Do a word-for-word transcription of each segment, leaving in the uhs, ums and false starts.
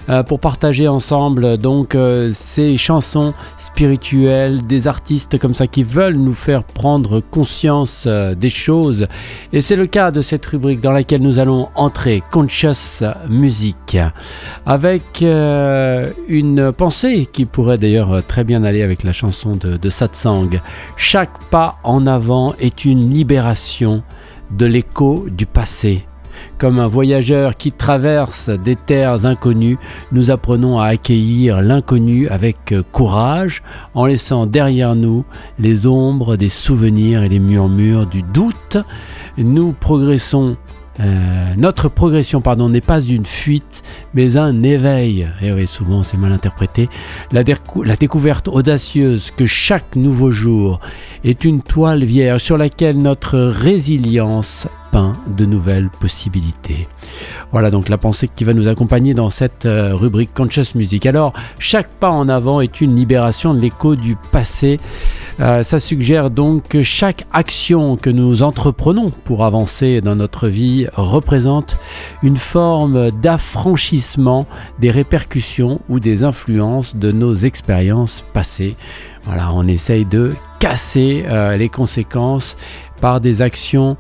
euh, pour partager ensemble donc euh, ces chansons spirituelles, des artistes comme ça qui veulent nous faire prendre conscience euh, des choses. Et c'est le cas de cette rubrique dans laquelle nous allons entrer, Conscious Music, avec euh, une pensée qui pourrait d'ailleurs très bien aller avec la chanson de, de Satsang. Chaque pas en avant est une libération de l'écho du passé. Comme un voyageur qui traverse des terres inconnues, nous apprenons à accueillir l'inconnu avec courage, en laissant derrière nous les ombres des souvenirs et les murmures du doute. Nous progressons. Euh, notre progression pardon, n'est pas une fuite, mais un éveil. Et oui, souvent c'est mal interprété. La, décou- la découverte audacieuse que chaque nouveau jour est une toile vierge sur laquelle notre résilience peint de nouvelles possibilités. Voilà donc la pensée qui va nous accompagner dans cette euh, rubrique Conscious Music. Alors, chaque pas en avant est une libération de l'écho du passé. Euh, ça suggère donc que chaque action que nous entreprenons pour avancer dans notre vie représente une forme d'affranchissement des répercussions ou des influences de nos expériences passées. Voilà, on essaye de casser euh, les conséquences par des actions,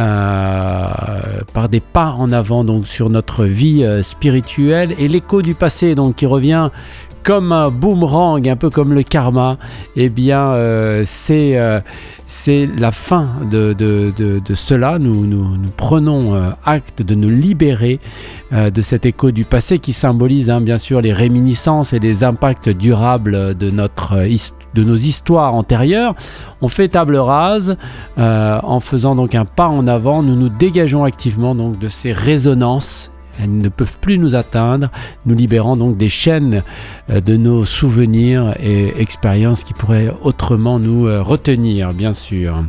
euh, par des pas en avant donc sur notre vie euh, spirituelle, et l'écho du passé donc qui revient comme un boomerang, un peu comme le karma. Eh bien, euh, c'est euh, c'est la fin de, de, de, de cela. Nous, nous, nous prenons euh, acte de nous libérer euh, de cet écho du passé qui symbolise hein, bien sûr les réminiscences et les impacts durables de, notre, de nos histoires antérieures. On fait table rase euh, en faisant donc un pas en avant. Nous nous dégageons activement donc de ces résonances. Elles ne peuvent plus nous atteindre, nous libérant donc des chaînes de nos souvenirs et expériences qui pourraient autrement nous retenir, bien sûr.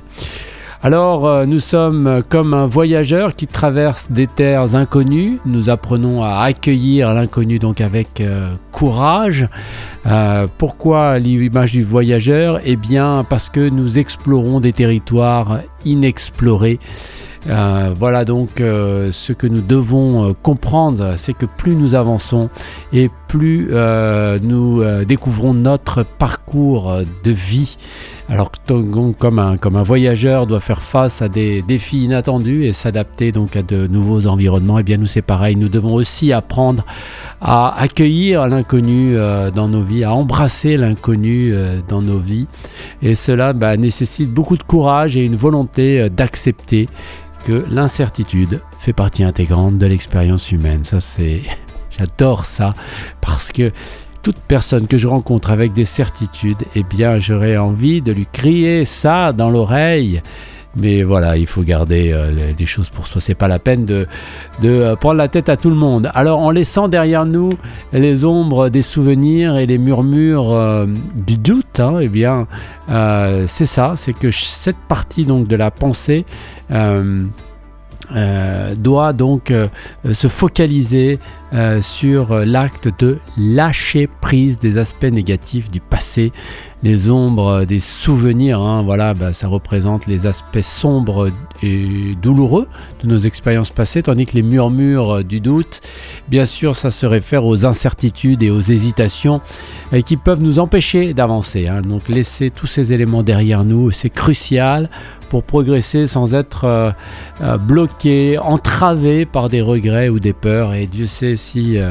Alors, nous sommes comme un voyageur qui traverse des terres inconnues. Nous apprenons à accueillir l'inconnu donc avec euh, courage. Euh, pourquoi l'image du voyageur ? Eh bien, parce que nous explorons des territoires inexplorés. Euh, voilà donc euh, ce que nous devons euh, comprendre, c'est que plus nous avançons et plus euh, nous euh, découvrons notre parcours de vie. Alors comme un, comme un voyageur doit faire face à des défis inattendus et s'adapter donc à de nouveaux environnements, et bien nous c'est pareil, nous devons aussi apprendre à accueillir l'inconnu euh, dans nos vies, à embrasser l'inconnu euh, dans nos vies, et cela bah, nécessite beaucoup de courage et une volonté euh, d'accepter que l'incertitude fait partie intégrante de l'expérience humaine. Ça c'est, j'adore ça, parce que toute personne que je rencontre avec des certitudes, eh bien j'aurais envie de lui crier ça dans l'oreille. Mais voilà, il faut garder euh, les, les choses pour soi. C'est pas la peine de, de euh, prendre la tête à tout le monde. Alors, en laissant derrière nous les ombres des souvenirs et les murmures euh, du doute, hein, eh bien, euh, c'est ça. C'est que cette partie donc de la pensée euh, euh, doit donc euh, se focaliser euh, sur l'acte de lâcher prise des aspects négatifs du passé. Les ombres des souvenirs, hein, voilà, bah, ça représente les aspects sombres et douloureux de nos expériences passées, tandis que les murmures du doute, bien sûr, ça se réfère aux incertitudes et aux hésitations euh, qui peuvent nous empêcher d'avancer. Hein. Donc laisser tous ces éléments derrière nous, c'est crucial pour progresser sans être euh, euh, bloqué, entravé par des regrets ou des peurs. Et Dieu sait si, euh,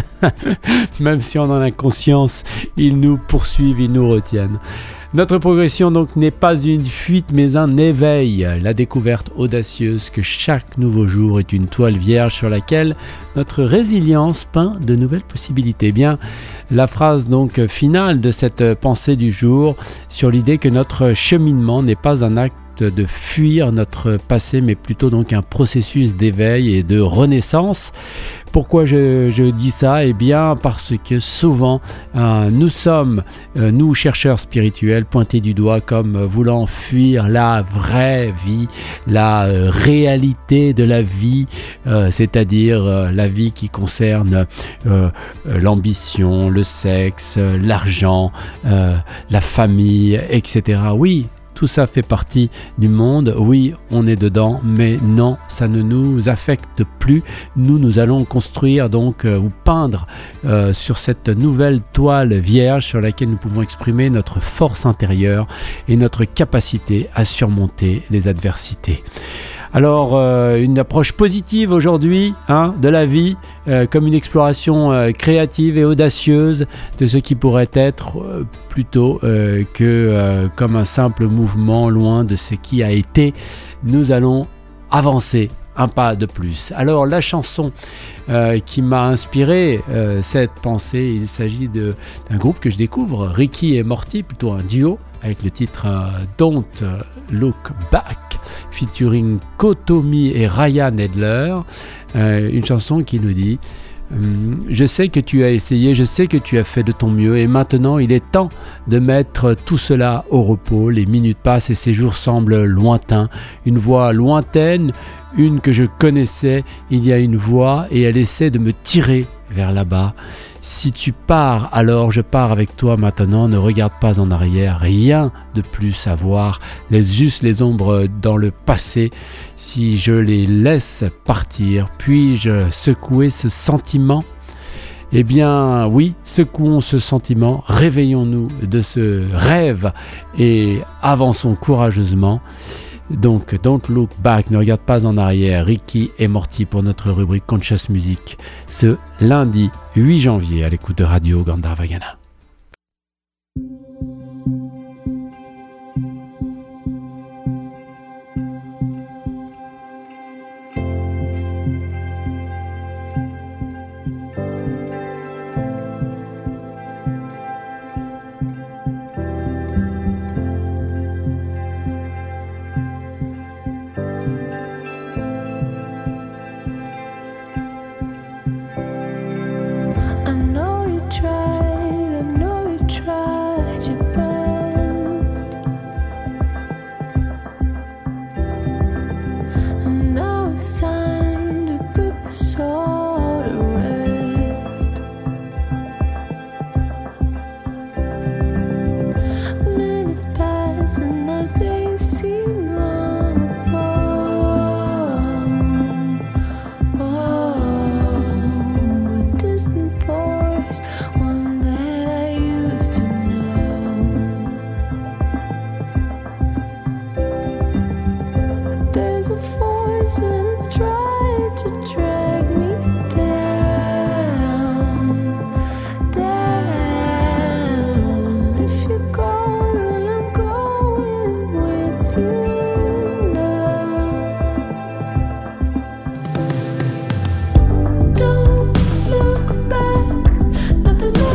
même si on en a conscience, ils nous poursuivent, ils nous retiennent. Notre progression donc n'est pas une fuite mais un éveil, la découverte audacieuse que chaque nouveau jour est une toile vierge sur laquelle notre résilience peint de nouvelles possibilités. Eh bien, la phrase donc finale de cette pensée du jour sur l'idée que notre cheminement n'est pas un acte de fuir notre passé, mais plutôt donc un processus d'éveil et de renaissance. Pourquoi je, je dis ça ? Eh bien, parce que souvent, euh, nous sommes, euh, nous chercheurs spirituels, pointés du doigt comme voulant fuir la vraie vie, la euh, réalité de la vie, euh, c'est-à-dire euh, la vie qui concerne euh, euh, l'ambition, le sexe, euh, l'argent, euh, la famille, et cetera. Oui, tout ça fait partie du monde. Oui, on est dedans, mais non, ça ne nous affecte plus. Nous, nous allons construire donc euh, ou peindre euh, sur cette nouvelle toile vierge sur laquelle nous pouvons exprimer notre force intérieure et notre capacité à surmonter les adversités. Alors, euh, une approche positive aujourd'hui hein, de la vie, euh, comme une exploration euh, créative et audacieuse de ce qui pourrait être euh, plutôt euh, que euh, comme un simple mouvement loin de ce qui a été. Nous allons avancer un pas de plus. Alors, la chanson euh, qui m'a inspiré euh, cette pensée, il s'agit de, d'un groupe que je découvre, Ricky et Morty, plutôt un duo, avec le titre euh, Don't Look Back, featuring Kotomi et Ryan Edler, euh, une chanson qui nous dit hum, « Je sais que tu as essayé, je sais que tu as fait de ton mieux et maintenant il est temps de mettre tout cela au repos. Les minutes passent et ces jours semblent lointains. Une voix lointaine, une que je connaissais, il y a une voix et elle essaie de me tirer vers là-bas. Si tu pars, alors je pars avec toi maintenant, ne regarde pas en arrière, rien de plus à voir, laisse juste les ombres dans le passé. Si je les laisse partir, puis-je secouer ce sentiment ? Eh bien oui, secouons ce sentiment, réveillons-nous de ce rêve et avançons courageusement. Donc, Don't Look Back, ne regarde pas en arrière, Ricky et Morty pour notre rubrique Conscious Music, ce lundi huit janvier à l'écoute de Radio Gandharvagana. Don't look back, nothing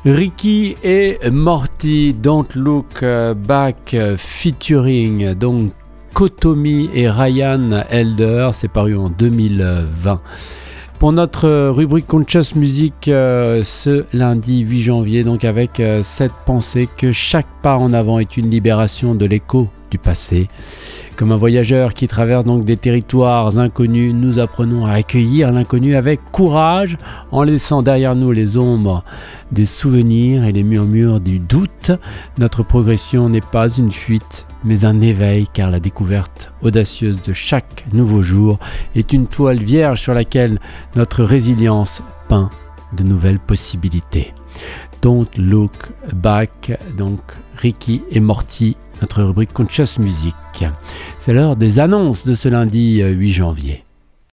Ricky et Morty, Don't Look Back featuring donc Kotomi et Ryan Elder, c'est paru en deux mille vingt. Pour notre rubrique Conscious Music euh, ce lundi huit janvier, donc avec euh, cette pensée que chaque pas en avant est une libération de l'écho du passé. Comme un voyageur qui traverse donc des territoires inconnus, nous apprenons à accueillir l'inconnu avec courage en laissant derrière nous les ombres des souvenirs et les murmures du doute. Notre progression n'est pas une fuite, mais un éveil, car la découverte audacieuse de chaque nouveau jour est une toile vierge sur laquelle notre résilience peint de nouvelles possibilités. Don't Look Back, donc Ricky et Morty, notre rubrique Conscious Music. C'est l'heure des annonces de ce lundi huit janvier.